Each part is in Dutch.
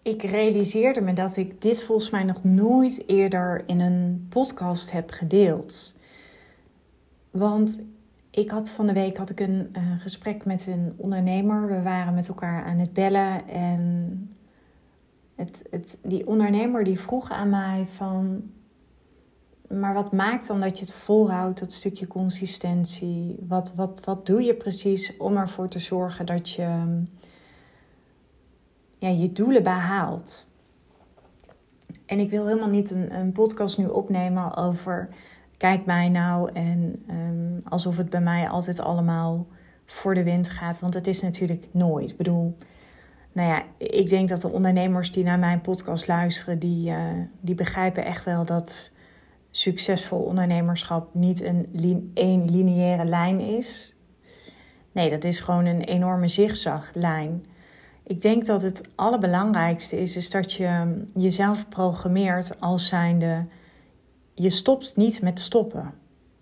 ik realiseerde me dat ik dit volgens mij nog nooit eerder in een podcast heb gedeeld. Want van de week had ik een gesprek met een ondernemer. We waren met elkaar aan het bellen. En die ondernemer die vroeg aan mij van... Maar wat maakt dan dat je het volhoudt, dat stukje consistentie? Wat doe je precies om ervoor te zorgen dat je je doelen behaalt? En ik wil helemaal niet een podcast nu opnemen over... Kijk mij nou en alsof het bij mij altijd allemaal voor de wind gaat. Want het is natuurlijk nooit. Ik bedoel, ik denk dat de ondernemers die naar mijn podcast luisteren... die begrijpen echt wel dat succesvol ondernemerschap niet één lineaire lijn is. Nee, dat is gewoon een enorme zigzaglijn. Ik denk dat het allerbelangrijkste is dat je jezelf programmeert als zijnde... Je stopt niet met stoppen.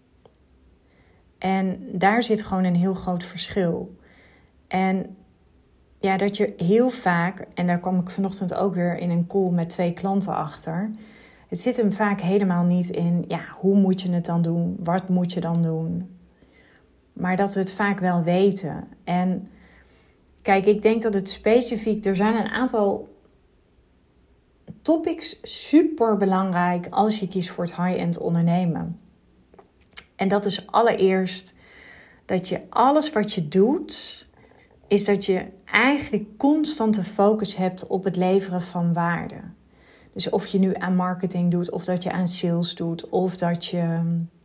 En daar zit gewoon een heel groot verschil. En ja, dat je heel vaak... En daar kwam ik vanochtend ook weer in een call met 2 klanten achter... Het zit hem vaak helemaal niet in... hoe moet je het dan doen? Wat moet je dan doen? Maar dat we het vaak wel weten. En kijk, ik denk dat het specifiek... Er zijn een aantal topics super belangrijk als je kiest voor het high-end ondernemen. En dat is allereerst dat je alles wat je doet, is dat je eigenlijk constante focus hebt op het leveren van waarde. Dus of je nu aan marketing doet, of dat je aan sales doet, of dat je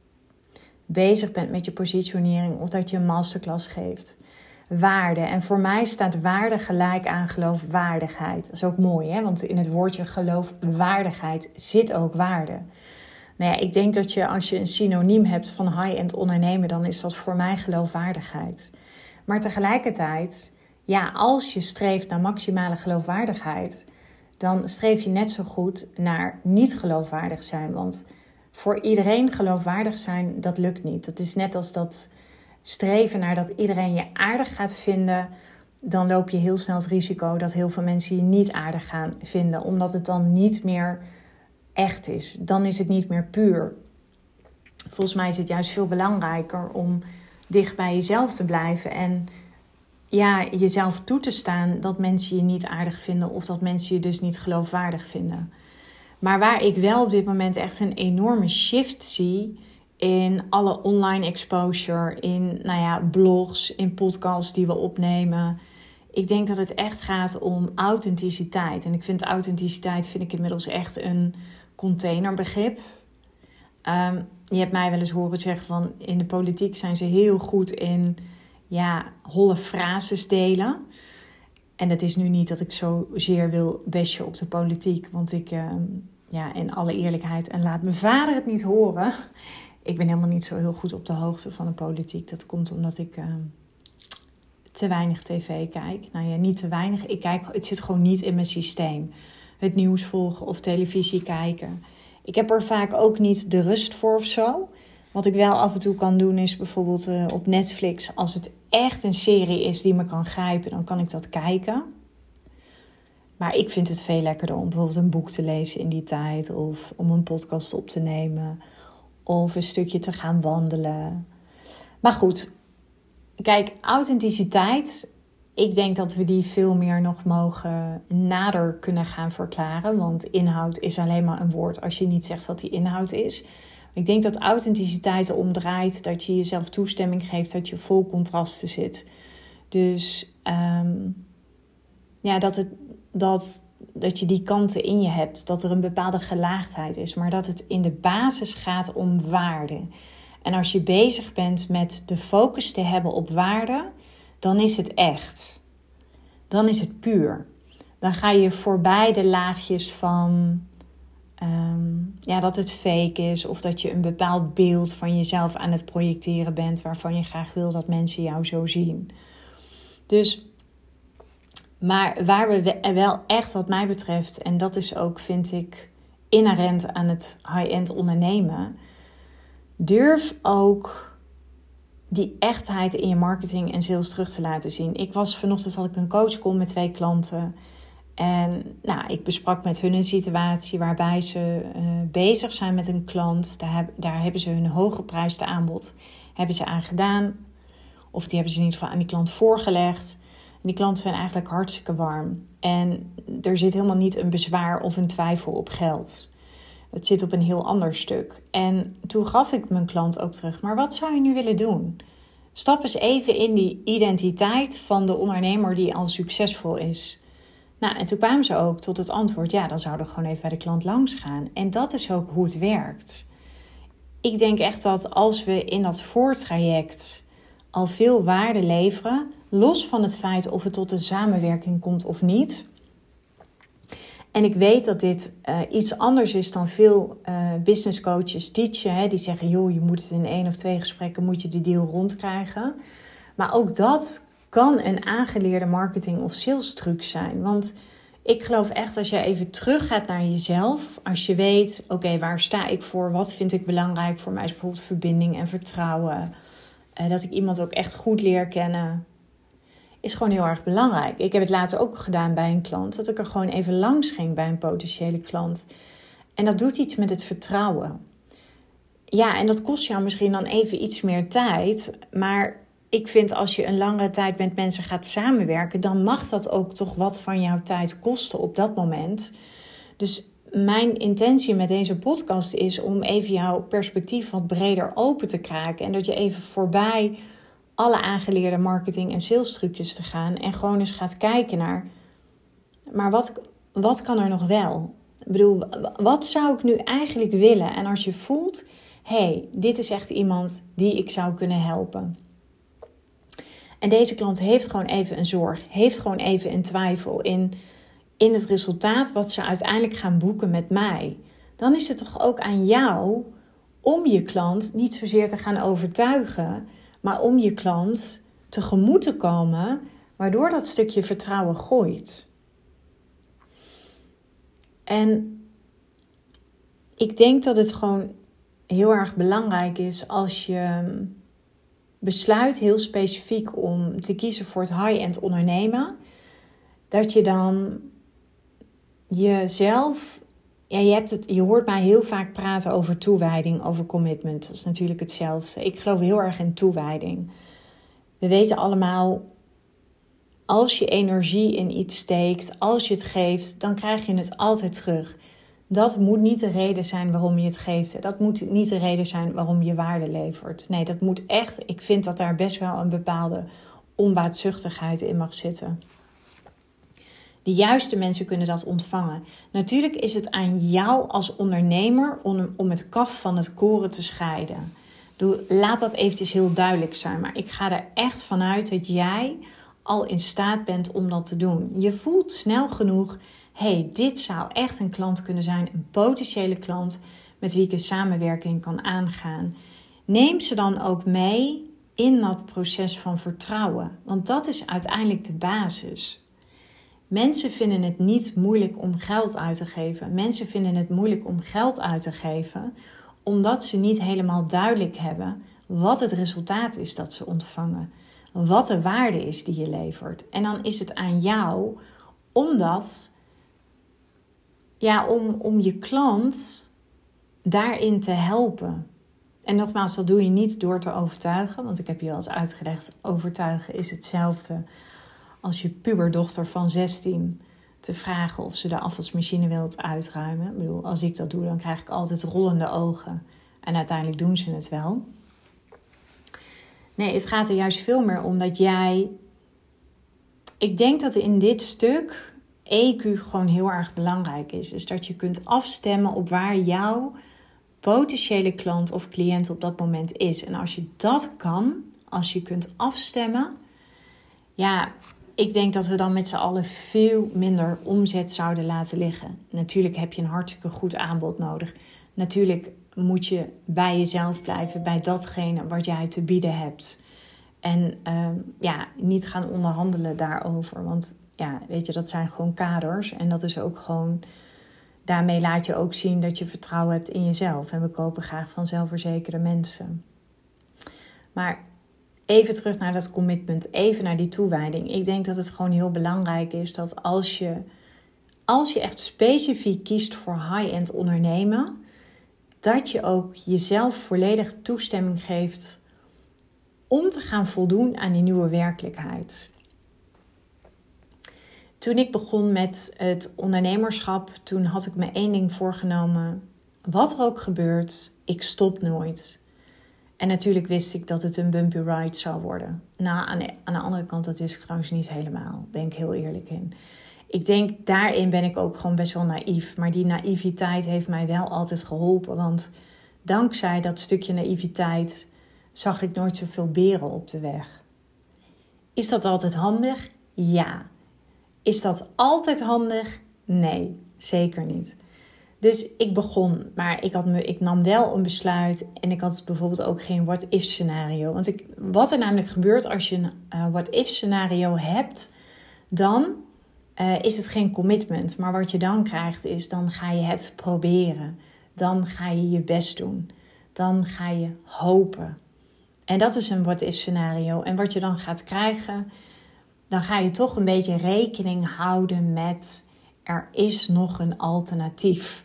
bezig bent met je positionering, of dat je een masterclass geeft. Waarde. En voor mij staat waarde gelijk aan geloofwaardigheid. Dat is ook mooi, hè? Want in het woordje geloofwaardigheid zit ook waarde. Ik denk dat je als je een synoniem hebt van high-end ondernemen, dan is dat voor mij geloofwaardigheid. Maar tegelijkertijd, als je streeft naar maximale geloofwaardigheid, dan streef je net zo goed naar niet geloofwaardig zijn. Want voor iedereen geloofwaardig zijn, dat lukt niet. Dat is net als dat streven naar dat iedereen je aardig gaat vinden, dan loop je heel snel het risico dat heel veel mensen je niet aardig gaan vinden. Omdat het dan niet meer echt is. Dan is het niet meer puur. Volgens mij is het juist veel belangrijker om dicht bij jezelf te blijven. En jezelf toe te staan dat mensen je niet aardig vinden. Of dat mensen je dus niet geloofwaardig vinden. Maar waar ik wel op dit moment echt een enorme shift zie in alle online exposure, in blogs, in podcasts die we opnemen. Ik denk dat het echt gaat om authenticiteit. En ik vind authenticiteit inmiddels echt een containerbegrip. Je hebt mij wel eens horen zeggen van in de politiek zijn ze heel goed in holle frases delen. En dat is nu niet dat ik zozeer wil bashen op de politiek. Want ik, in alle eerlijkheid, en laat mijn vader het niet horen, ik ben helemaal niet zo heel goed op de hoogte van de politiek. Dat komt omdat ik te weinig tv kijk. Niet te weinig. Het zit gewoon niet in mijn systeem. Het nieuws volgen of televisie kijken. Ik heb er vaak ook niet de rust voor of zo. Wat ik wel af en toe kan doen is bijvoorbeeld op Netflix. Als het echt een serie is die me kan grijpen, dan kan ik dat kijken. Maar ik vind het veel lekkerder om bijvoorbeeld een boek te lezen in die tijd. Of om een podcast op te nemen. Of een stukje te gaan wandelen. Maar goed, kijk, authenticiteit. Ik denk dat we die veel meer nog mogen nader kunnen gaan verklaren. Want inhoud is alleen maar een woord als je niet zegt wat die inhoud is. Ik denk dat authenticiteit erom draait dat je jezelf toestemming geeft dat je vol contrasten zit. Dus dat je die kanten in je hebt. Dat er een bepaalde gelaagdheid is. Maar dat het in de basis gaat om waarde. En als je bezig bent met de focus te hebben op waarde, dan is het echt. Dan is het puur. Dan ga je voorbij de laagjes van dat het fake is. Of dat je een bepaald beeld van jezelf aan het projecteren bent, waarvan je graag wil dat mensen jou zo zien. Dus, maar waar we wel echt wat mij betreft, en dat is ook, vind ik, inherent aan het high-end ondernemen, durf ook die echtheid in je marketing en sales terug te laten zien. Vanochtend had ik een coachcall met 2 klanten. En ik besprak met hun een situatie waarbij ze bezig zijn met een klant. Daar hebben ze hun hooggeprijsde aanbod aan gedaan. Of die hebben ze in ieder geval aan die klant voorgelegd. En die klanten zijn eigenlijk hartstikke warm. En er zit helemaal niet een bezwaar of een twijfel op geld. Het zit op een heel ander stuk. En toen gaf ik mijn klant ook terug. Maar wat zou je nu willen doen? Stap eens even in die identiteit van de ondernemer die al succesvol is. En toen kwamen ze ook tot het antwoord. Ja, dan zouden we gewoon even bij de klant langs gaan. En dat is ook hoe het werkt. Ik denk echt dat als we in dat voortraject al veel waarde leveren, los van het feit of het tot een samenwerking komt of niet. En ik weet dat dit iets anders is dan veel business coaches teachen. Hè, die zeggen, joh, je moet het in 1 of 2 gesprekken moet je die deal rondkrijgen. Maar ook dat kan een aangeleerde marketing of sales truc zijn. Want ik geloof echt als je even terug gaat naar jezelf. Als je weet, oké, waar sta ik voor? Wat vind ik belangrijk? Voor mij is bijvoorbeeld verbinding en vertrouwen. Dat ik iemand ook echt goed leer kennen. Is gewoon heel erg belangrijk. Ik heb het later ook gedaan bij een klant. Dat ik er gewoon even langs ging bij een potentiële klant. En dat doet iets met het vertrouwen. Ja, en dat kost jou misschien dan even iets meer tijd. Maar ik vind als je een langere tijd met mensen gaat samenwerken, dan mag dat ook toch wat van jouw tijd kosten op dat moment. Dus mijn intentie met deze podcast is om even jouw perspectief wat breder open te kraken. En dat je even voorbij alle aangeleerde marketing- en sales trucjes te gaan. En gewoon eens gaat kijken naar, maar wat kan er nog wel? Ik bedoel, wat zou ik nu eigenlijk willen? En als je voelt, hey, dit is echt iemand die ik zou kunnen helpen. En deze klant heeft gewoon even een zorg, heeft gewoon even een twijfel in het resultaat wat ze uiteindelijk gaan boeken met mij. Dan is het toch ook aan jou om je klant niet zozeer te gaan overtuigen, maar om je klant tegemoet te komen, waardoor dat stukje vertrouwen groeit. En ik denk dat het gewoon heel erg belangrijk is als je besluit heel specifiek om te kiezen voor het high-end ondernemen, dat je dan jezelf, je hoort mij heel vaak praten over toewijding, over commitment. Dat is natuurlijk hetzelfde. Ik geloof heel erg in toewijding. We weten allemaal, als je energie in iets steekt, als je het geeft, dan krijg je het altijd terug. Dat moet niet de reden zijn waarom je het geeft. Dat moet niet de reden zijn waarom je waarde levert. Nee, dat moet echt, ik vind dat daar best wel een bepaalde onbaatzuchtigheid in mag zitten. De juiste mensen kunnen dat ontvangen. Natuurlijk is het aan jou als ondernemer om het kaf van het koren te scheiden. Laat dat eventjes heel duidelijk zijn. Maar ik ga er echt vanuit dat jij al in staat bent om dat te doen. Je voelt snel genoeg, hey, dit zou echt een klant kunnen zijn. Een potentiële klant met wie ik een samenwerking kan aangaan. Neem ze dan ook mee in dat proces van vertrouwen. Want dat is uiteindelijk de basis. Mensen vinden het niet moeilijk om geld uit te geven. Mensen vinden het moeilijk om geld uit te geven, omdat ze niet helemaal duidelijk hebben wat het resultaat is dat ze ontvangen. Wat de waarde is die je levert. En dan is het aan jou om om je klant daarin te helpen. En nogmaals, dat doe je niet door te overtuigen. Want ik heb je al eens uitgelegd, overtuigen is hetzelfde als je puberdochter van 16 te vragen of ze de afwasmachine wilt uitruimen. Ik bedoel, als ik dat doe, dan krijg ik altijd rollende ogen. En uiteindelijk doen ze het wel. Nee, het gaat er juist veel meer om dat jij... Ik denk dat in dit stuk EQ gewoon heel erg belangrijk is. Dus dat je kunt afstemmen op waar jouw potentiële klant of cliënt op dat moment is. En als je dat kan, als je kunt afstemmen... Ja, ik denk dat we dan met z'n allen veel minder omzet zouden laten liggen. Natuurlijk heb je een hartstikke goed aanbod nodig. Natuurlijk moet je bij jezelf blijven, bij datgene wat jij te bieden hebt. En niet gaan onderhandelen daarover. Want ja, weet je, dat zijn gewoon kaders. En dat is ook gewoon... Daarmee laat je ook zien dat je vertrouwen hebt in jezelf. En we kopen graag van zelfverzekerde mensen. Maar even terug naar dat commitment. Even naar die toewijding. Ik denk dat het gewoon heel belangrijk is dat als je als je echt specifiek kiest voor high-end ondernemen, dat je ook jezelf volledig toestemming geeft om te gaan voldoen aan die nieuwe werkelijkheid. Toen ik begon met het ondernemerschap, toen had ik me één ding voorgenomen. Wat er ook gebeurt, ik stop nooit. En natuurlijk wist ik dat het een bumpy ride zou worden. Nou, aan de andere kant, dat wist ik trouwens niet helemaal. Ben ik heel eerlijk in. Ik denk, daarin ben ik ook gewoon best wel naïef. Maar die naïviteit heeft mij wel altijd geholpen. Want dankzij dat stukje naïviteit zag ik nooit zoveel beren op de weg. Is dat altijd handig? Ja. Is dat altijd handig? Nee, zeker niet. Dus ik begon, maar ik nam wel een besluit en ik had bijvoorbeeld ook geen what-if scenario. Want wat er namelijk gebeurt als je een what-if scenario hebt, dan is het geen commitment. Maar wat je dan krijgt is, dan ga je het proberen. Dan ga je je best doen. Dan ga je hopen. En dat is een what-if scenario. En wat je dan gaat krijgen, dan ga je toch een beetje rekening houden met, er is nog een alternatief.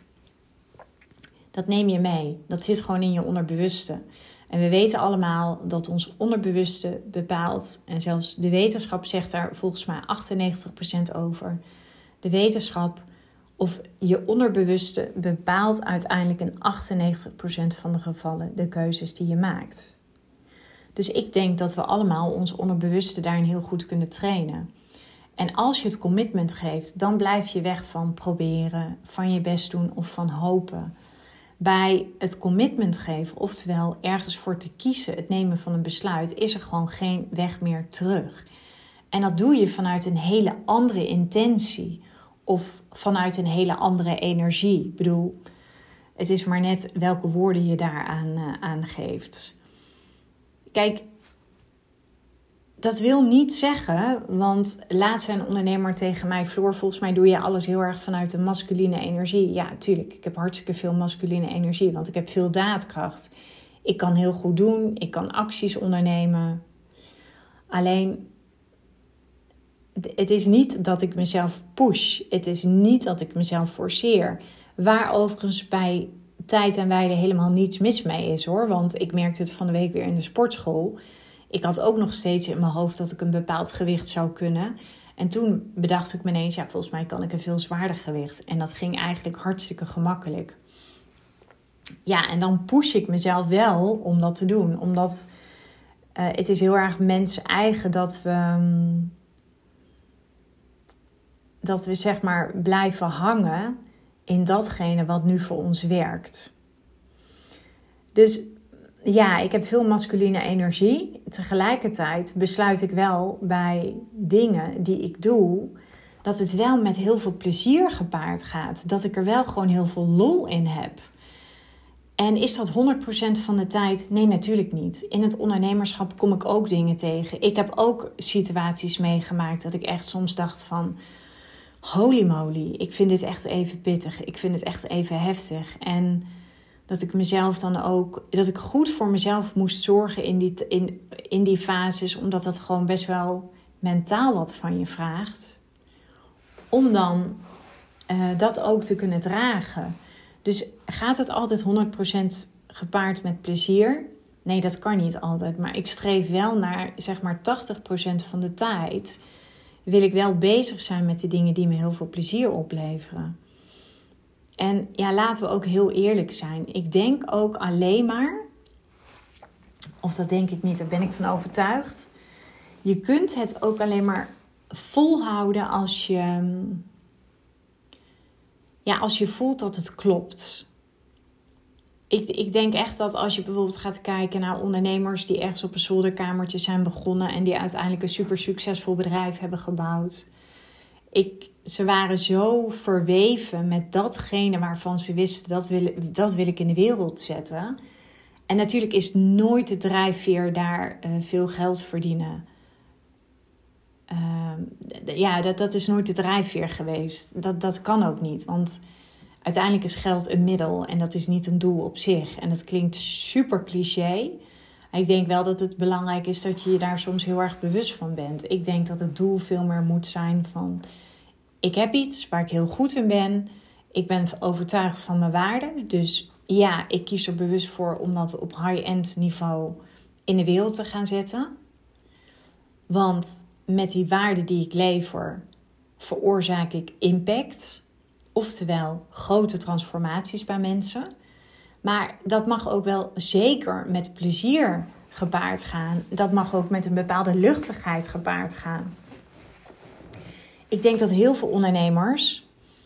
Dat neem je mee. Dat zit gewoon in je onderbewuste. En we weten allemaal dat ons onderbewuste bepaalt. En zelfs de wetenschap zegt daar volgens mij 98% over. De wetenschap of je onderbewuste bepaalt uiteindelijk in 98% van de gevallen de keuzes die je maakt. Dus ik denk dat we allemaal ons onderbewuste daarin heel goed kunnen trainen. En als je het commitment geeft, dan blijf je weg van proberen, van je best doen of van hopen. Bij het commitment geven, oftewel ergens voor te kiezen, het nemen van een besluit, is er gewoon geen weg meer terug. En dat doe je vanuit een hele andere intentie of vanuit een hele andere energie. Ik bedoel, het is maar net welke woorden je daaraan aan geeft. Kijk, dat wil niet zeggen, want laatst zei een ondernemer tegen mij, Floor, volgens mij doe je alles heel erg vanuit de masculine energie. Ja, tuurlijk, ik heb hartstikke veel masculine energie, want ik heb veel daadkracht. Ik kan heel goed doen, ik kan acties ondernemen. Alleen, het is niet dat ik mezelf push. Het is niet dat ik mezelf forceer. Waar overigens bij tijd en wijle helemaal niets mis mee is, hoor. Want ik merkte het van de week weer in de sportschool. Ik had ook nog steeds in mijn hoofd dat ik een bepaald gewicht zou kunnen. En toen bedacht ik me ineens, ja, volgens mij kan ik een veel zwaarder gewicht. En dat ging eigenlijk hartstikke gemakkelijk. Ja, en dan push ik mezelf wel om dat te doen. Omdat het is heel erg mens-eigen dat we zeg maar blijven hangen in datgene wat nu voor ons werkt. Dus ja, ik heb veel masculine energie. Tegelijkertijd besluit ik wel bij dingen die ik doe, dat het wel met heel veel plezier gepaard gaat. Dat ik er wel gewoon heel veel lol in heb. En is dat 100% van de tijd? Nee, natuurlijk niet. In het ondernemerschap kom ik ook dingen tegen. Ik heb ook situaties meegemaakt dat ik echt soms dacht van, holy moly, ik vind dit echt even pittig. Ik vind het echt even heftig. En dat ik mezelf dan ook, dat ik goed voor mezelf moest zorgen in die fases, omdat dat gewoon best wel mentaal wat van je vraagt. Om dan dat ook te kunnen dragen. Dus gaat het altijd 100% gepaard met plezier? Nee, dat kan niet altijd. Maar ik streef wel naar, zeg maar, 80% van de tijd wil ik wel bezig zijn met de dingen die me heel veel plezier opleveren. En ja, laten we ook heel eerlijk zijn. Ik denk ook alleen maar, of dat denk ik niet, daar ben ik van overtuigd. Je kunt het ook alleen maar volhouden als je voelt dat het klopt. Ik denk echt dat als je bijvoorbeeld gaat kijken naar ondernemers die ergens op een zolderkamertje zijn begonnen en die uiteindelijk een super succesvol bedrijf hebben gebouwd. Ze waren zo verweven met datgene waarvan ze wisten, dat wil ik in de wereld zetten. En natuurlijk is nooit de drijfveer daar veel geld verdienen. Dat is nooit de drijfveer geweest. Dat kan ook niet, want uiteindelijk is geld een middel en dat is niet een doel op zich. En dat klinkt super cliché. Ik denk wel dat het belangrijk is dat je je daar soms heel erg bewust van bent. Ik denk dat het doel veel meer moet zijn van, ik heb iets waar ik heel goed in ben. Ik ben overtuigd van mijn waarde. Dus ja, ik kies er bewust voor om dat op high-end niveau in de wereld te gaan zetten. Want met die waarde die ik lever, veroorzaak ik impact. Oftewel grote transformaties bij mensen. Maar dat mag ook wel zeker met plezier gepaard gaan. Dat mag ook met een bepaalde luchtigheid gepaard gaan. Ik denk dat heel veel ondernemers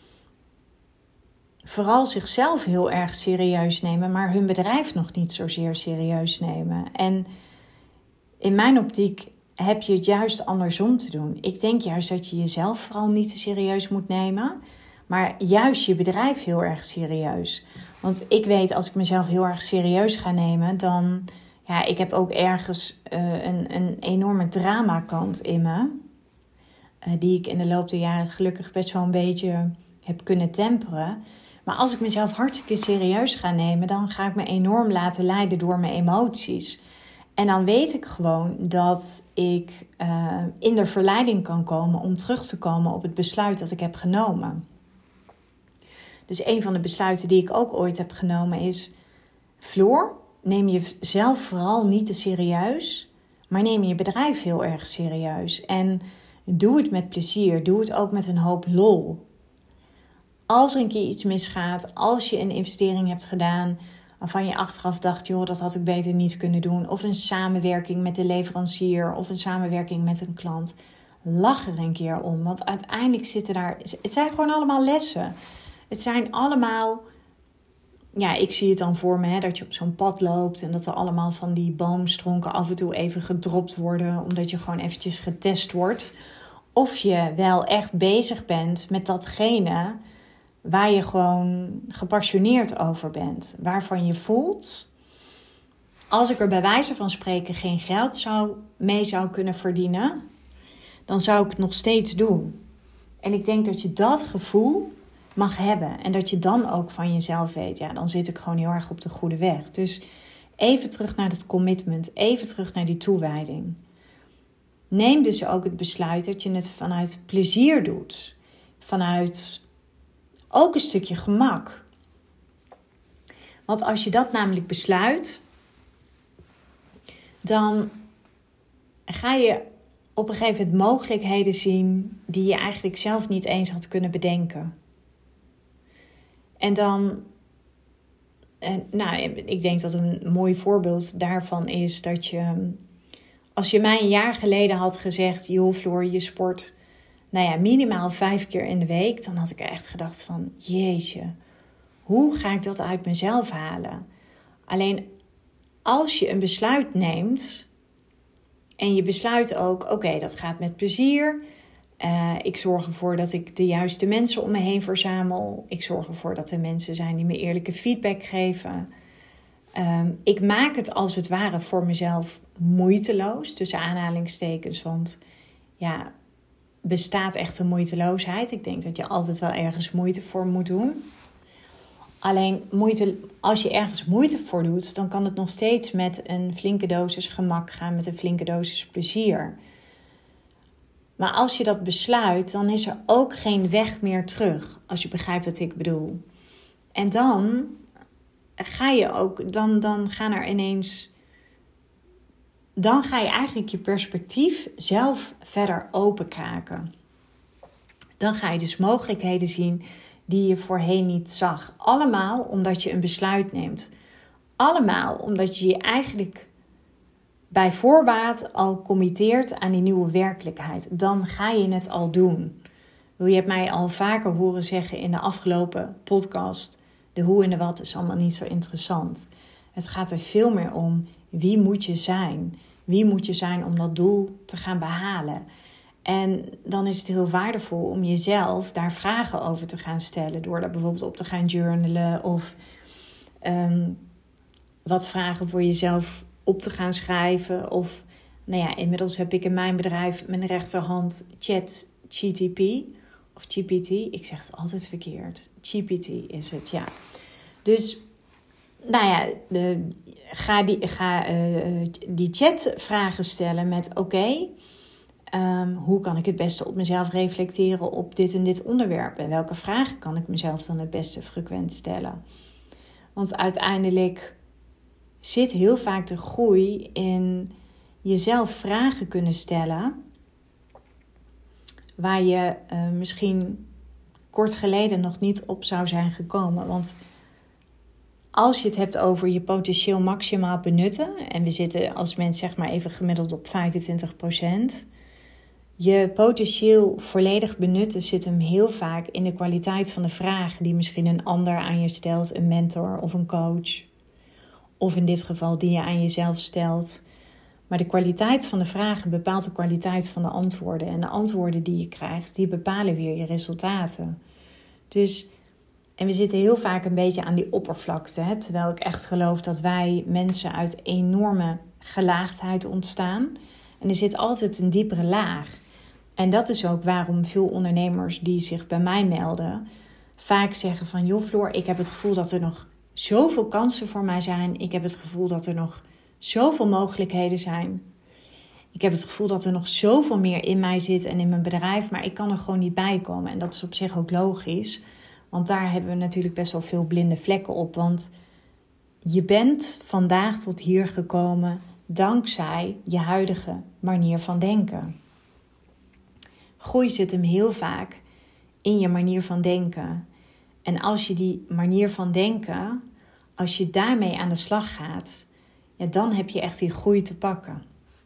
vooral zichzelf heel erg serieus nemen, maar hun bedrijf nog niet zozeer serieus nemen. En in mijn optiek heb je het juist andersom te doen. Ik denk juist dat je jezelf vooral niet te serieus moet nemen, maar juist je bedrijf heel erg serieus. Want ik weet, als ik mezelf heel erg serieus ga nemen, dan... Ja, ik heb ook ergens een enorme dramakant in me. Die ik in de loop der jaren gelukkig best wel een beetje heb kunnen temperen. Maar als ik mezelf hartstikke serieus ga nemen, dan ga ik me enorm laten leiden door mijn emoties. En dan weet ik gewoon dat ik in de verleiding kan komen om terug te komen op het besluit dat ik heb genomen. Dus een van de besluiten die ik ook ooit heb genomen is... Floor, neem jezelf vooral niet te serieus, maar neem je bedrijf heel erg serieus. En doe het met plezier, doe het ook met een hoop lol. Als er een keer iets misgaat, als je een investering hebt gedaan waarvan je achteraf dacht, joh, dat had ik beter niet kunnen doen. Of een samenwerking met de leverancier of een samenwerking met een klant. Lach er een keer om, want uiteindelijk zitten daar... Het zijn gewoon allemaal lessen. Het zijn allemaal... Ja, ik zie het dan voor me, dat je op zo'n pad loopt en dat er allemaal van die boomstronken af en toe even gedropt worden, omdat je gewoon eventjes getest wordt. Of je wel echt bezig bent met datgene waar je gewoon gepassioneerd over bent. Waarvan je voelt, als ik er bij wijze van spreken geen geld mee zou kunnen verdienen, dan zou ik het nog steeds doen. En ik denk dat je dat gevoel mag hebben. En dat je dan ook van jezelf weet, ja, dan zit ik gewoon heel erg op de goede weg. Dus even terug naar dat commitment. Even terug naar die toewijding. Neem dus ook het besluit dat je het vanuit plezier doet. Vanuit ook een stukje gemak. Want als je dat namelijk besluit, dan ga je op een gegeven moment mogelijkheden zien die je eigenlijk zelf niet eens had kunnen bedenken. En dan, ik denk dat een mooi voorbeeld daarvan is dat je, als je mij een jaar geleden had gezegd, joh Floor, je sport, minimaal 5 keer in de week, dan had ik echt gedacht van, jeetje, hoe ga ik dat uit mezelf halen? Alleen als je een besluit neemt en je besluit ook, oké, dat gaat met plezier. Ik zorg ervoor dat ik de juiste mensen om me heen verzamel. Ik zorg ervoor dat er mensen zijn die me eerlijke feedback geven. Ik maak het als het ware voor mezelf moeiteloos, tussen aanhalingstekens. Want ja, bestaat echt een moeiteloosheid. Ik denk dat je altijd wel ergens moeite voor moet doen. Alleen als je ergens moeite voor doet, dan kan het nog steeds met een flinke dosis gemak gaan, met een flinke dosis plezier. Maar als je dat besluit, dan is er ook geen weg meer terug. Als je begrijpt wat ik bedoel. En dan ga je ook, dan gaan er ineens... Dan ga je eigenlijk je perspectief zelf verder openkraken. Dan ga je dus mogelijkheden zien die je voorheen niet zag. Allemaal omdat je een besluit neemt. Allemaal omdat je je eigenlijk bij voorbaat al committeert aan die nieuwe werkelijkheid. Dan ga je het al doen. Je hebt mij al vaker horen zeggen in de afgelopen podcast, de hoe en de wat is allemaal niet zo interessant. Het gaat er veel meer om, wie moet je zijn? Wie moet je zijn om dat doel te gaan behalen? En dan is het heel waardevol om jezelf daar vragen over te gaan stellen. Door daar bijvoorbeeld op te gaan journalen. Of wat vragen voor jezelf op te gaan schrijven. Of inmiddels heb ik in mijn bedrijf mijn rechterhand ChatGPT. Of GPT. Ik zeg het altijd verkeerd. GPT is het, ja. Dus ga die chatvragen stellen met oké, Hoe kan ik het beste op mezelf reflecteren op dit en dit onderwerp? En welke vragen kan ik mezelf dan het beste frequent stellen? Want uiteindelijk zit heel vaak de groei in jezelf vragen kunnen stellen waar je misschien kort geleden nog niet op zou zijn gekomen. Want als je het hebt over je potentieel maximaal benutten, en we zitten als mens zeg maar even gemiddeld op 25%, je potentieel volledig benutten zit hem heel vaak in de kwaliteit van de vragen die misschien een ander aan je stelt, een mentor of een coach. Of in dit geval die je aan jezelf stelt. Maar de kwaliteit van de vragen bepaalt de kwaliteit van de antwoorden. En de antwoorden die je krijgt, die bepalen weer je resultaten. Dus, en we zitten heel vaak een beetje aan die oppervlakte. Hè? Terwijl ik echt geloof dat wij mensen uit enorme gelaagdheid ontstaan. En er zit altijd een diepere laag. En dat is ook waarom veel ondernemers die zich bij mij melden vaak zeggen van, joh Floor, ik heb het gevoel dat er nog zoveel kansen voor mij zijn. Ik heb het gevoel dat er nog zoveel mogelijkheden zijn. Ik heb het gevoel dat er nog zoveel meer in mij zit en in mijn bedrijf, maar ik kan er gewoon niet bij komen. En dat is op zich ook logisch, want daar hebben we natuurlijk best wel veel blinde vlekken op. Want je bent vandaag tot hier gekomen dankzij je huidige manier van denken. Groei zit hem heel vaak in je manier van denken. En als je die manier van denken, als je daarmee aan de slag gaat, ja, dan heb je echt die groei te pakken.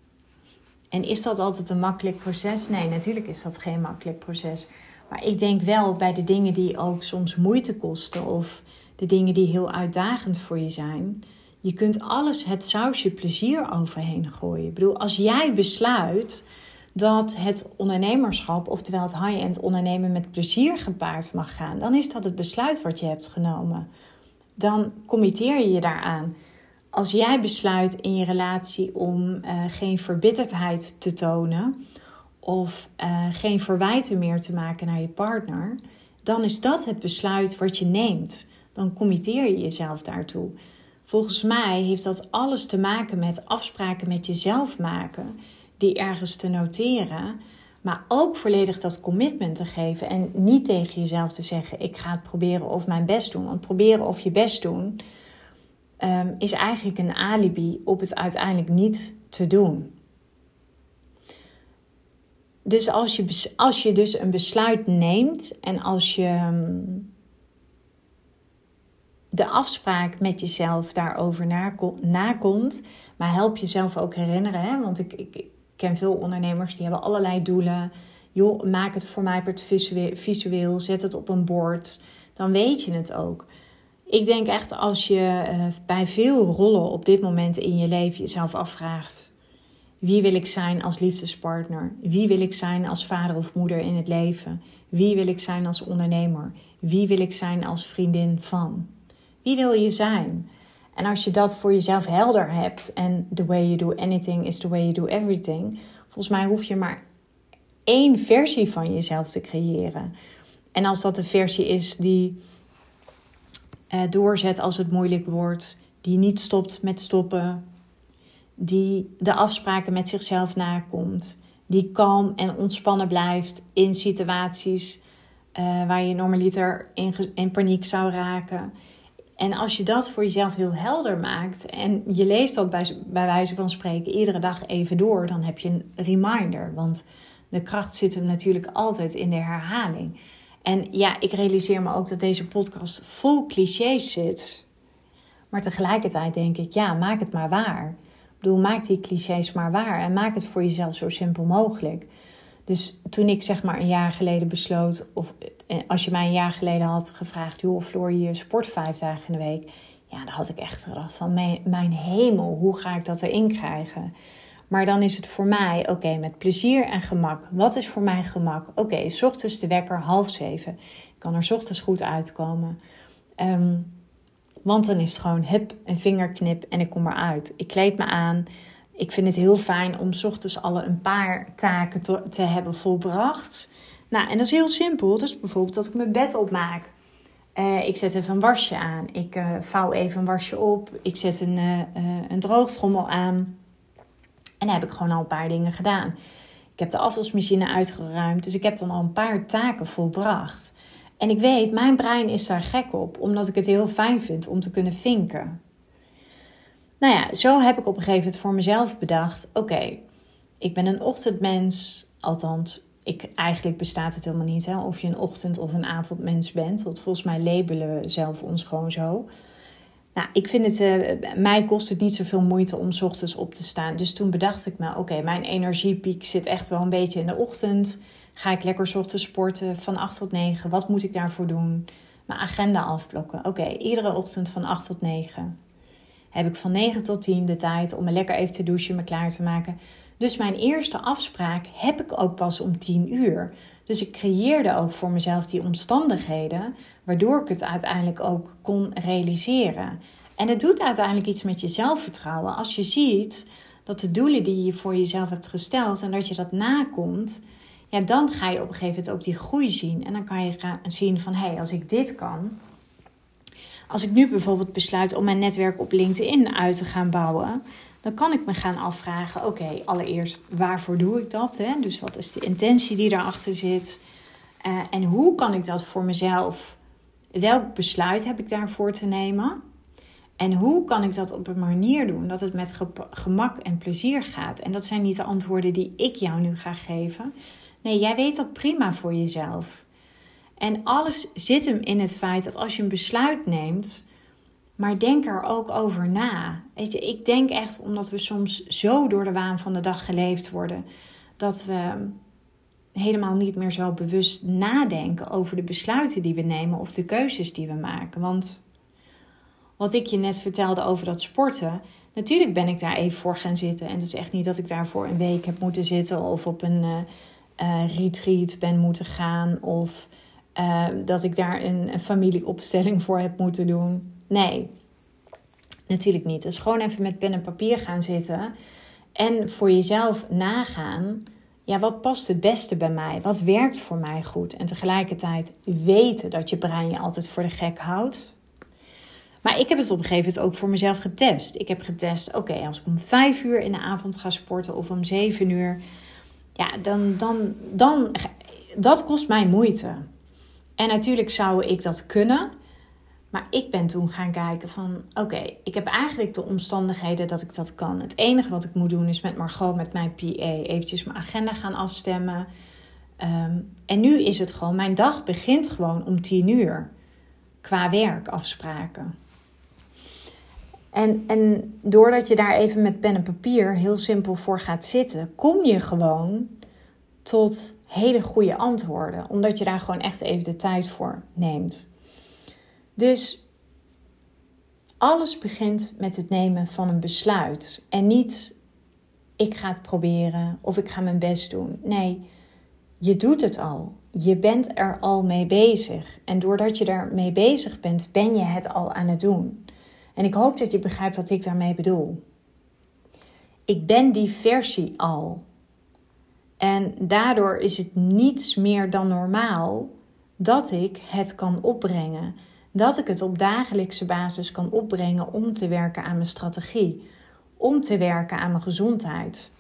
En is dat altijd een makkelijk proces? Nee, natuurlijk is dat geen makkelijk proces. Maar ik denk wel bij de dingen die ook soms moeite kosten of de dingen die heel uitdagend voor je zijn, je kunt alles het sausje plezier overheen gooien. Ik bedoel, als jij besluit dat het ondernemerschap, oftewel het high-end ondernemen met plezier gepaard mag gaan, dan is dat het besluit wat je hebt genomen. Dan committeer je je daaraan. Als jij besluit in je relatie om geen verbitterdheid te tonen of geen verwijten meer te maken naar je partner, dan is dat het besluit wat je neemt. Dan committeer je jezelf daartoe. Volgens mij heeft dat alles te maken met afspraken met jezelf maken, die ergens te noteren, maar ook volledig dat commitment te geven en niet tegen jezelf te zeggen, ik ga het proberen of mijn best doen. Want proberen of je best doen is eigenlijk een alibi op het uiteindelijk niet te doen. Dus als je dus een besluit neemt en als je de afspraak met jezelf daarover nakomt, maar help jezelf ook herinneren, hè? Want ik ken veel ondernemers die hebben allerlei doelen. Joh, maak het voor mij visueel, zet het op een bord, dan weet je het ook. Ik denk echt als je bij veel rollen op dit moment in je leven jezelf afvraagt, wie wil ik zijn als liefdespartner? Wie wil ik zijn als vader of moeder in het leven? Wie wil ik zijn als ondernemer? Wie wil ik zijn als vriendin van? Wie wil je zijn? En als je dat voor jezelf helder hebt en the way you do anything is the way you do everything, volgens mij hoef je maar één versie van jezelf te creëren. En als dat de versie is die doorzet als het moeilijk wordt, die niet stopt met stoppen, die de afspraken met zichzelf nakomt, die kalm en ontspannen blijft in situaties waar je normaliter in paniek zou raken. En als je dat voor jezelf heel helder maakt en je leest dat bij wijze van spreken iedere dag even door, dan heb je een reminder. Want de kracht zit hem natuurlijk altijd in de herhaling. En ja, ik realiseer me ook dat deze podcast vol clichés zit. Maar tegelijkertijd denk ik, ja, maak het maar waar. Ik bedoel, maak die clichés maar waar en maak het voor jezelf zo simpel mogelijk. Dus toen ik zeg maar een jaar geleden besloot, of als je mij een jaar geleden had gevraagd, joh Floor, je sport 5 dagen in de week. Ja, dan had ik echt gedacht van mijn hemel, hoe ga ik dat erin krijgen? Maar dan is het voor mij, oké, met plezier en gemak. Wat is voor mij gemak? Oké, 's ochtends de wekker 6:30. Ik kan er 's ochtends goed uitkomen. Want dan is het gewoon hup, een vingerknip en ik kom eruit. Ik kleed me aan. Ik vind het heel fijn om 's ochtends al een paar taken te hebben volbracht. Nou, en dat is heel simpel. Dus bijvoorbeeld dat ik mijn bed opmaak. Ik zet even een wasje aan. Ik vouw even een wasje op. Ik zet een droogtrommel aan. En dan heb ik gewoon al een paar dingen gedaan. Ik heb de afwasmachine uitgeruimd. Dus ik heb dan al een paar taken volbracht. En ik weet, mijn brein is daar gek op, omdat ik het heel fijn vind om te kunnen vinken. Nou ja, zo heb ik op een gegeven moment voor mezelf bedacht, oké, ik ben een ochtendmens, althans, eigenlijk bestaat het helemaal niet, hè, of je een ochtend- of een avondmens bent. Want volgens mij labelen we zelf ons gewoon zo. Nou, ik vind het, mij kost het niet zoveel moeite om 's ochtends op te staan. Dus toen bedacht ik me, oké, mijn energiepiek zit echt wel een beetje in de ochtend. Ga ik lekker 's ochtends sporten van 8 tot 9. Wat moet ik daarvoor doen? Mijn agenda afblokken. Oké, iedere ochtend van 8 tot 9. Heb ik van 9 tot 10 de tijd om me lekker even te douchen, me klaar te maken. Dus mijn eerste afspraak heb ik ook pas om 10 uur. Dus ik creëerde ook voor mezelf die omstandigheden, waardoor ik het uiteindelijk ook kon realiseren. En het doet uiteindelijk iets met je zelfvertrouwen. Als je ziet dat de doelen die je voor jezelf hebt gesteld en dat je dat nakomt, ja, dan ga je op een gegeven moment ook die groei zien. En dan kan je gaan zien van, hé, als ik dit kan. Als ik nu bijvoorbeeld besluit om mijn netwerk op LinkedIn uit te gaan bouwen, dan kan ik me gaan afvragen, oké, allereerst, waarvoor doe ik dat? Hè? Dus wat is de intentie die daarachter zit? En hoe kan ik dat voor mezelf, welk besluit heb ik daarvoor te nemen? En hoe kan ik dat op een manier doen dat het met gemak en plezier gaat? En dat zijn niet de antwoorden die ik jou nu ga geven. Nee, jij weet dat prima voor jezelf. En alles zit hem in het feit dat als je een besluit neemt, maar denk er ook over na. Weet je, ik denk echt omdat we soms zo door de waan van de dag geleefd worden, dat we helemaal niet meer zo bewust nadenken over de besluiten die we nemen of de keuzes die we maken. Want wat ik je net vertelde over dat sporten, natuurlijk ben ik daar even voor gaan zitten. En het is echt niet dat ik daarvoor een week heb moeten zitten of op een retreat ben moeten gaan of dat ik daar een familieopstelling voor heb moeten doen. Nee, natuurlijk niet. Dus gewoon even met pen en papier gaan zitten en voor jezelf nagaan, ja, wat past het beste bij mij? Wat werkt voor mij goed? En tegelijkertijd weten dat je brein je altijd voor de gek houdt. Maar ik heb het op een gegeven moment ook voor mezelf getest. Ik heb getest, oké, als ik om 5 uur in de avond ga sporten of om 7 uur, ja, dan dat kost mij moeite. En natuurlijk zou ik dat kunnen. Maar ik ben toen gaan kijken van, oké, ik heb eigenlijk de omstandigheden dat ik dat kan. Het enige wat ik moet doen is met Margot, met mijn PA, eventjes mijn agenda gaan afstemmen. En nu is het gewoon, mijn dag begint gewoon om 10 uur. Qua werkafspraken. En doordat je daar even met pen en papier heel simpel voor gaat zitten, kom je gewoon tot hele goede antwoorden. Omdat je daar gewoon echt even de tijd voor neemt. Dus alles begint met het nemen van een besluit. En niet, ik ga het proberen of ik ga mijn best doen. Nee, je doet het al. Je bent er al mee bezig. En doordat je er mee bezig bent, ben je het al aan het doen. En ik hoop dat je begrijpt wat ik daarmee bedoel. Ik ben die versie al. En daardoor is het niets meer dan normaal dat ik het kan opbrengen. Dat ik het op dagelijkse basis kan opbrengen om te werken aan mijn strategie. Om te werken aan mijn gezondheid.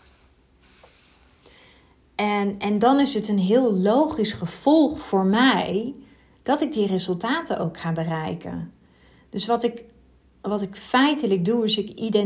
En dan is het een heel logisch gevolg voor mij dat ik die resultaten ook ga bereiken. Dus wat ik feitelijk doe, is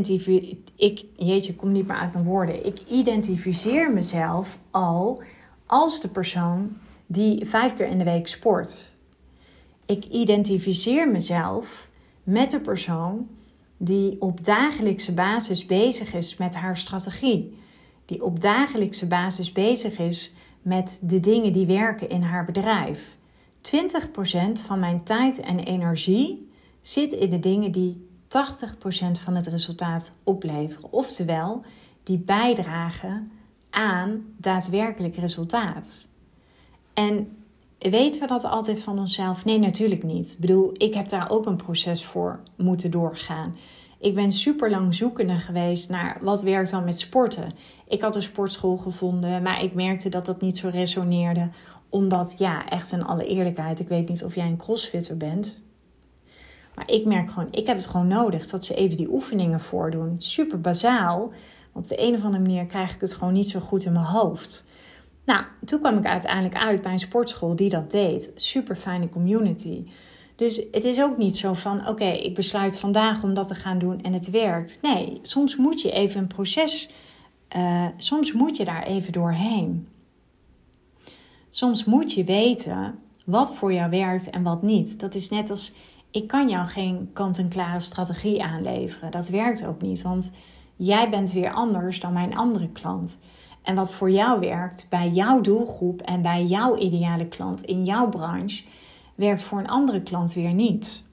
ik kom niet meer uit mijn woorden. Ik identificeer mezelf al als de persoon die 5 keer in de week sport. Ik identificeer mezelf met de persoon die op dagelijkse basis bezig is met haar strategie. Die op dagelijkse basis bezig is met de dingen die werken in haar bedrijf. 20% van mijn tijd en energie zit in de dingen die 80% van het resultaat opleveren. Oftewel, die bijdragen aan daadwerkelijk resultaat. En weten we dat altijd van onszelf? Nee, natuurlijk niet. Ik bedoel, ik heb daar ook een proces voor moeten doorgaan. Ik ben super lang zoekende geweest naar wat werkt dan met sporten. Ik had een sportschool gevonden, maar ik merkte dat dat niet zo resoneerde. Omdat, ja, echt in alle eerlijkheid, ik weet niet of jij een crossfitter bent. Maar ik merk gewoon, ik heb het gewoon nodig dat ze even die oefeningen voordoen. Super bazaal. Op de een of andere manier krijg ik het gewoon niet zo goed in mijn hoofd. Nou, toen kwam ik uiteindelijk uit bij een sportschool die dat deed. Super fijne community. Dus het is ook niet zo van, oké, ik besluit vandaag om dat te gaan doen en het werkt. Nee, soms moet je even een proces, soms moet je daar even doorheen. Soms moet je weten wat voor jou werkt en wat niet. Dat is net als, ik kan jou geen kant-en-klare strategie aanleveren. Dat werkt ook niet, want jij bent weer anders dan mijn andere klant. En wat voor jou werkt bij jouw doelgroep en bij jouw ideale klant in jouw branche, werkt voor een andere klant weer niet.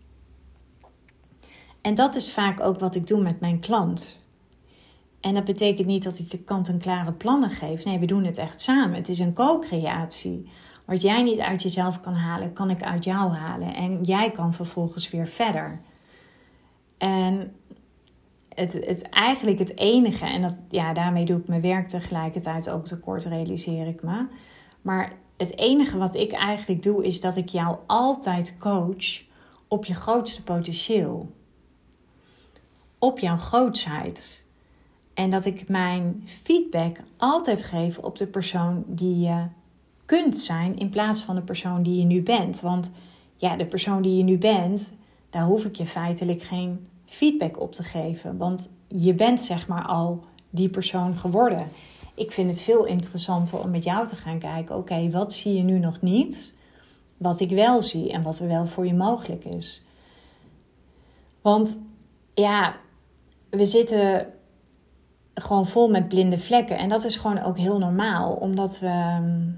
En dat is vaak ook wat ik doe met mijn klant. En dat betekent niet dat ik je kant-en-klare plannen geef. Nee, we doen het echt samen. Het is een co-creatie. Wat jij niet uit jezelf kan halen, kan ik uit jou halen. En jij kan vervolgens weer verder. En eigenlijk het enige, en dat, ja, daarmee doe ik mijn werk tegelijkertijd ook tekort, realiseer ik me. Maar het enige wat ik eigenlijk doe, is dat ik jou altijd coach op je grootste potentieel. Op jouw grootsheid. En dat ik mijn feedback altijd geef op de persoon die je kunt zijn, in plaats van de persoon die je nu bent. Want ja, de persoon die je nu bent, daar hoef ik je feitelijk geen feedback op te geven. Want je bent zeg maar al die persoon geworden. Ik vind het veel interessanter om met jou te gaan kijken. Oké, wat zie je nu nog niet? Wat ik wel zie en wat er wel voor je mogelijk is. Want ja, we zitten gewoon vol met blinde vlekken. En dat is gewoon ook heel normaal. Omdat we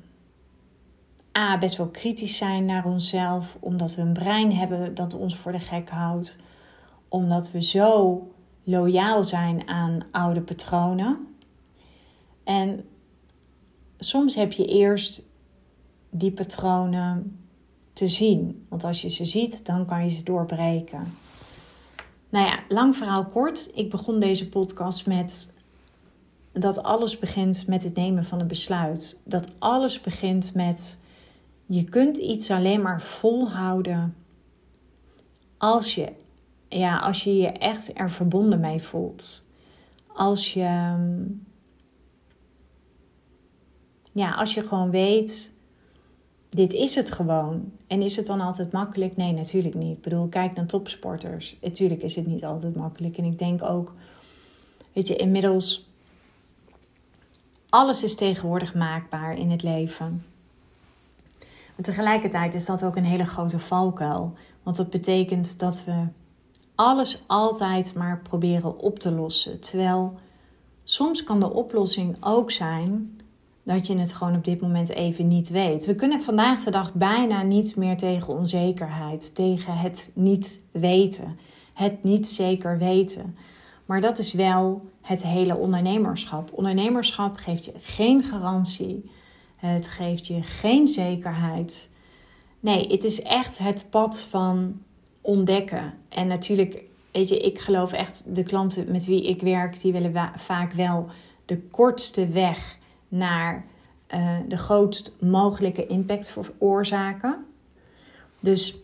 best wel kritisch zijn naar onszelf. Omdat we een brein hebben dat ons voor de gek houdt. Omdat we zo loyaal zijn aan oude patronen. En soms heb je eerst die patronen te zien. Want als je ze ziet, dan kan je ze doorbreken. Nou ja, lang verhaal kort. Ik begon deze podcast met dat alles begint met het nemen van een besluit. Dat alles begint met, je kunt iets alleen maar volhouden als je je echt er verbonden mee voelt. Als je gewoon weet, dit is het gewoon. En is het dan altijd makkelijk? Nee, natuurlijk niet. Ik bedoel, kijk naar topsporters. Natuurlijk is het niet altijd makkelijk. En ik denk ook, weet je, inmiddels, alles is tegenwoordig maakbaar in het leven. Maar tegelijkertijd is dat ook een hele grote valkuil. Want dat betekent dat we alles altijd maar proberen op te lossen. Terwijl soms kan de oplossing ook zijn dat je het gewoon op dit moment even niet weet. We kunnen vandaag de dag bijna niet meer tegen onzekerheid, tegen het niet weten, het niet zeker weten. Maar dat is wel het hele ondernemerschap. Ondernemerschap geeft je geen garantie. Het geeft je geen zekerheid. Nee, het is echt het pad van ontdekken. En natuurlijk, weet je, ik geloof echt, de klanten met wie ik werk, die willen vaak wel de kortste weg naar de grootst mogelijke impact veroorzaken. Dus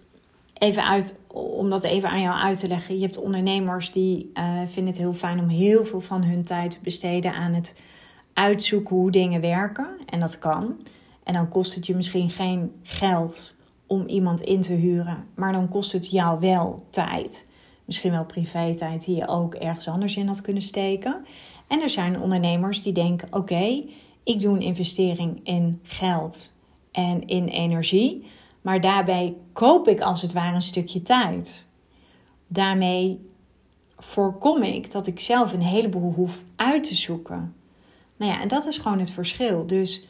om dat even aan jou uit te leggen. Je hebt ondernemers die vinden het heel fijn om heel veel van hun tijd te besteden aan het uitzoeken hoe dingen werken. En dat kan. En dan kost het je misschien geen geld om iemand in te huren. Maar dan kost het jou wel tijd. Misschien wel privé-tijd die je ook ergens anders in had kunnen steken. En er zijn ondernemers die denken, oké, ik doe een investering in geld en in energie. Maar daarbij koop ik als het ware een stukje tijd. Daarmee voorkom ik dat ik zelf een heleboel hoef uit te zoeken. Nou ja, en dat is gewoon het verschil. Dus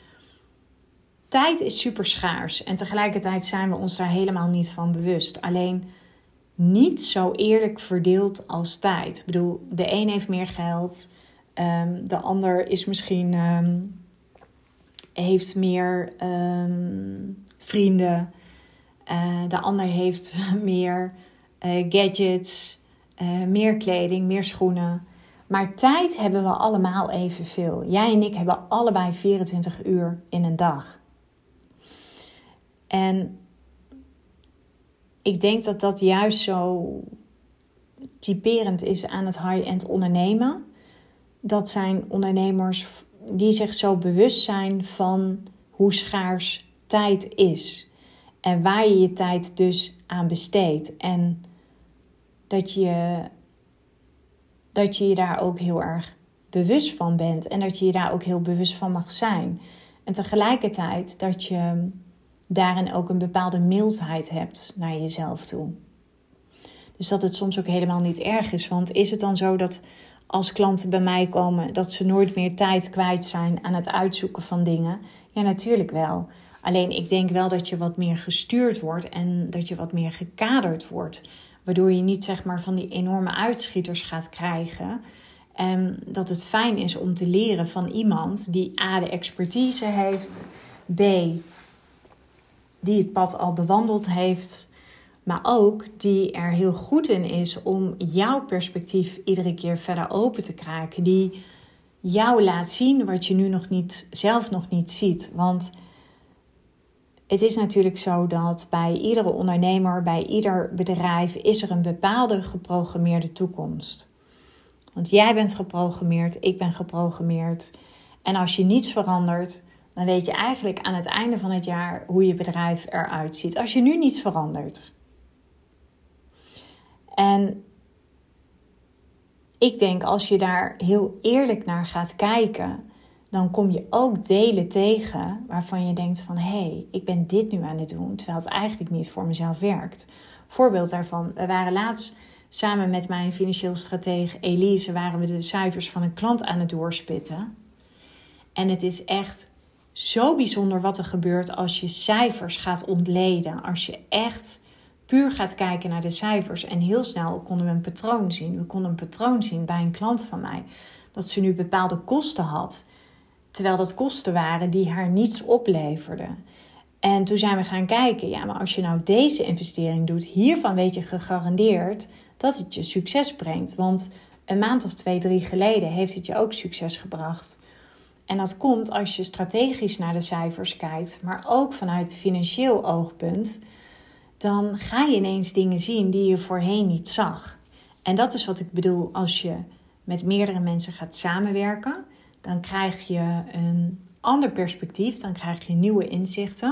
tijd is super schaars. En tegelijkertijd zijn we ons daar helemaal niet van bewust. Alleen niet zo eerlijk verdeeld als tijd. Ik bedoel, de een heeft meer geld. De ander is misschien heeft meer vrienden. De ander heeft meer gadgets, meer kleding, meer schoenen. Maar tijd hebben we allemaal evenveel. Jij en ik hebben allebei 24 uur in een dag. En ik denk dat dat juist zo typerend is aan het high-end ondernemen. Dat zijn ondernemers die zich zo bewust zijn van hoe schaars tijd is. En waar je je tijd dus aan besteedt. En dat je je daar ook heel erg bewust van bent. En dat je je daar ook heel bewust van mag zijn. En tegelijkertijd dat je daarin ook een bepaalde mildheid hebt naar jezelf toe. Dus dat het soms ook helemaal niet erg is. Want is het dan zo dat als klanten bij mij komen, dat ze nooit meer tijd kwijt zijn aan het uitzoeken van dingen? Ja, natuurlijk wel. Alleen ik denk wel dat je wat meer gestuurd wordt en dat je wat meer gekaderd wordt. Waardoor je niet zeg maar van die enorme uitschieters gaat krijgen. En dat het fijn is om te leren van iemand die A, de expertise heeft, B, die het pad al bewandeld heeft, maar ook die er heel goed in is om jouw perspectief iedere keer verder open te kraken. Die jou laat zien wat je nu zelf nog niet ziet. Want het is natuurlijk zo dat bij iedere ondernemer, bij ieder bedrijf is er een bepaalde geprogrammeerde toekomst. Want jij bent geprogrammeerd, ik ben geprogrammeerd. En als je niets verandert, dan weet je eigenlijk aan het einde van het jaar hoe je bedrijf eruit ziet. Als je nu niets verandert. En ik denk als je daar heel eerlijk naar gaat kijken, dan kom je ook delen tegen waarvan je denkt van hé, ik ben dit nu aan het doen, terwijl het eigenlijk niet voor mezelf werkt. Voorbeeld daarvan, we waren laatst samen met mijn financieel stratege Elise, waren we de cijfers van een klant aan het doorspitten. En het is echt zo bijzonder wat er gebeurt als je cijfers gaat ontleden. Als je echt puur gaat kijken naar de cijfers. En heel snel konden we een patroon zien. We konden een patroon zien bij een klant van mij. Dat ze nu bepaalde kosten had. Terwijl dat kosten waren die haar niets opleverden. En toen zijn we gaan kijken. Ja, maar als je nou deze investering doet. Hiervan weet je gegarandeerd dat het je succes brengt. Want een maand of 2, 3 geleden heeft het je ook succes gebracht. En dat komt als je strategisch naar de cijfers kijkt. Maar ook vanuit financieel oogpunt. Dan ga je ineens dingen zien die je voorheen niet zag. En dat is wat ik bedoel als je met meerdere mensen gaat samenwerken. Dan krijg je een ander perspectief. Dan krijg je nieuwe inzichten.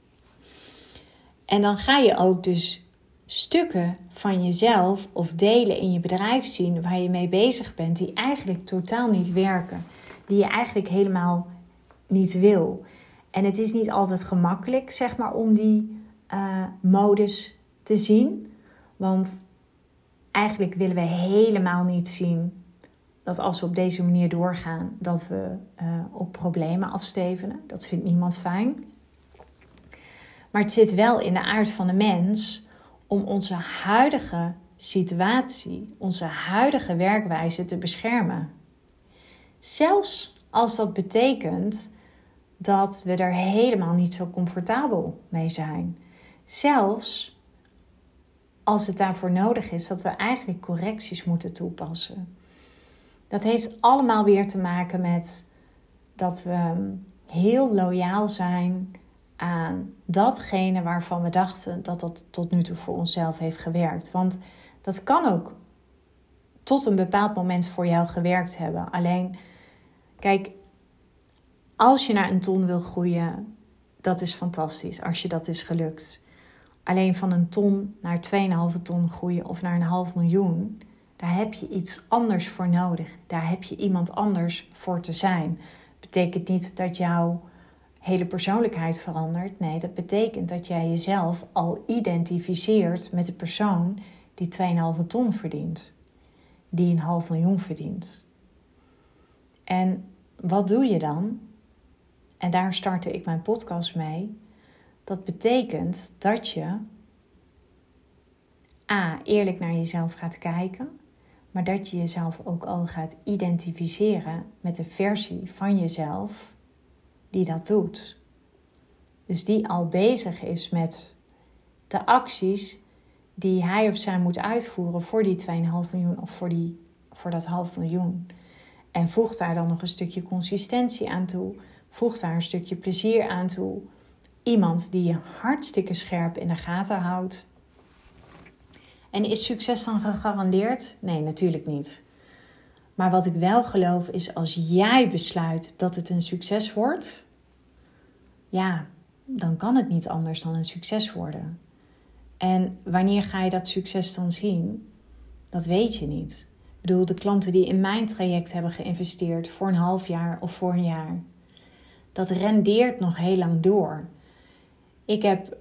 En dan ga je ook dus stukken van jezelf of delen in je bedrijf zien waar je mee bezig bent. Die eigenlijk totaal niet werken. Die je eigenlijk helemaal niet wil. En het is niet altijd gemakkelijk zeg maar om die modus te zien. Want eigenlijk willen we helemaal niet zien dat als we op deze manier doorgaan, dat we op problemen afstevenen. Dat vindt niemand fijn. Maar het zit wel in de aard van de mens om onze huidige situatie, onze huidige werkwijze te beschermen. Zelfs als dat betekent dat we er helemaal niet zo comfortabel mee zijn. Zelfs als het daarvoor nodig is dat we eigenlijk correcties moeten toepassen. Dat heeft allemaal weer te maken met dat we heel loyaal zijn aan datgene waarvan we dachten dat dat tot nu toe voor onszelf heeft gewerkt. Want dat kan ook tot een bepaald moment voor jou gewerkt hebben. Alleen, kijk, als je naar een ton wil groeien, dat is fantastisch als je dat is gelukt. Alleen van een ton naar 2,5 ton groeien of naar 500.000, daar heb je iets anders voor nodig. Daar heb je iemand anders voor te zijn. Betekent niet dat jouw hele persoonlijkheid verandert. Nee, dat betekent dat jij jezelf al identificeert met de persoon die 2,5 ton verdient. Die 500.000 verdient. En wat doe je dan? En daar startte ik mijn podcast mee. Dat betekent dat je eerlijk naar jezelf gaat kijken. Maar dat je jezelf ook al gaat identificeren met de versie van jezelf die dat doet. Dus die al bezig is met de acties die hij of zij moet uitvoeren voor die 2,5 miljoen of voor dat 500.000. En voeg daar dan nog een stukje consistentie aan toe. Voeg daar een stukje plezier aan toe. Iemand die je hartstikke scherp in de gaten houdt. En is succes dan gegarandeerd? Nee, natuurlijk niet. Maar wat ik wel geloof is, als jij besluit dat het een succes wordt, ja, dan kan het niet anders dan een succes worden. En wanneer ga je dat succes dan zien? Dat weet je niet. Ik bedoel, de klanten die in mijn traject hebben geïnvesteerd voor een half jaar of voor een jaar, dat rendeert nog heel lang door. Ik heb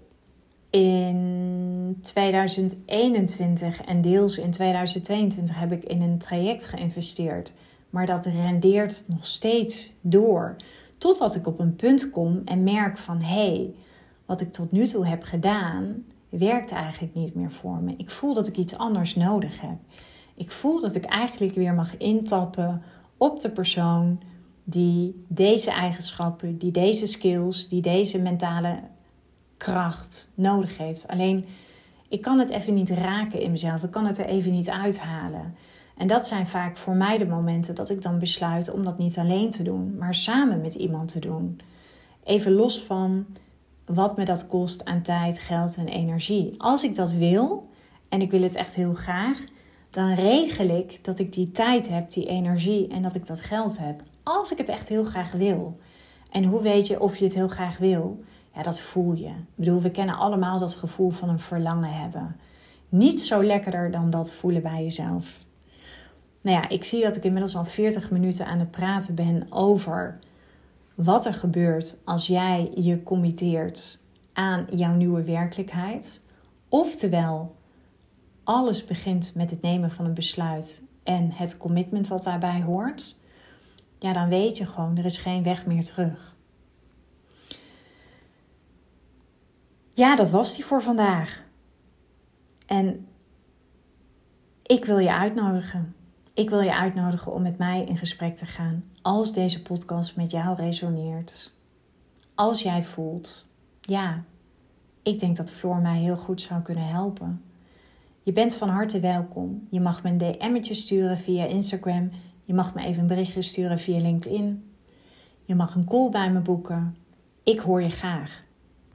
in 2021 en deels in 2022 heb ik in een traject geïnvesteerd. Maar dat rendeert nog steeds door. Totdat ik op een punt kom en merk van, hé, wat ik tot nu toe heb gedaan, werkt eigenlijk niet meer voor me. Ik voel dat ik iets anders nodig heb. Ik voel dat ik eigenlijk weer mag intappen op de persoon die deze eigenschappen, die deze skills, die deze mentale kracht nodig heeft. Alleen, ik kan het even niet raken in mezelf. Ik kan het er even niet uithalen. En dat zijn vaak voor mij de momenten dat ik dan besluit om dat niet alleen te doen, maar samen met iemand te doen. Even los van wat me dat kost aan tijd, geld en energie. Als ik dat wil, en ik wil het echt heel graag, dan regel ik dat ik die tijd heb, die energie en dat ik dat geld heb. Als ik het echt heel graag wil. En hoe weet je of je het heel graag wil? Ja, dat voel je. Ik bedoel, we kennen allemaal dat gevoel van een verlangen hebben. Niet zo lekkerder dan dat voelen bij jezelf. Nou ja, ik zie dat ik inmiddels al 40 minuten aan het praten ben over wat er gebeurt als jij je committeert aan jouw nieuwe werkelijkheid. Oftewel, alles begint met het nemen van een besluit en het commitment wat daarbij hoort. Ja, dan weet je gewoon, er is geen weg meer terug. Ja, dat was die voor vandaag. En ik wil je uitnodigen. Ik wil je uitnodigen om met mij in gesprek te gaan. Als deze podcast met jou resoneert. Als jij voelt, ja, ik denk dat Floor mij heel goed zou kunnen helpen. Je bent van harte welkom. Je mag me een DM'tje sturen via Instagram. Je mag me even een berichtje sturen via LinkedIn. Je mag een call bij me boeken. Ik hoor je graag.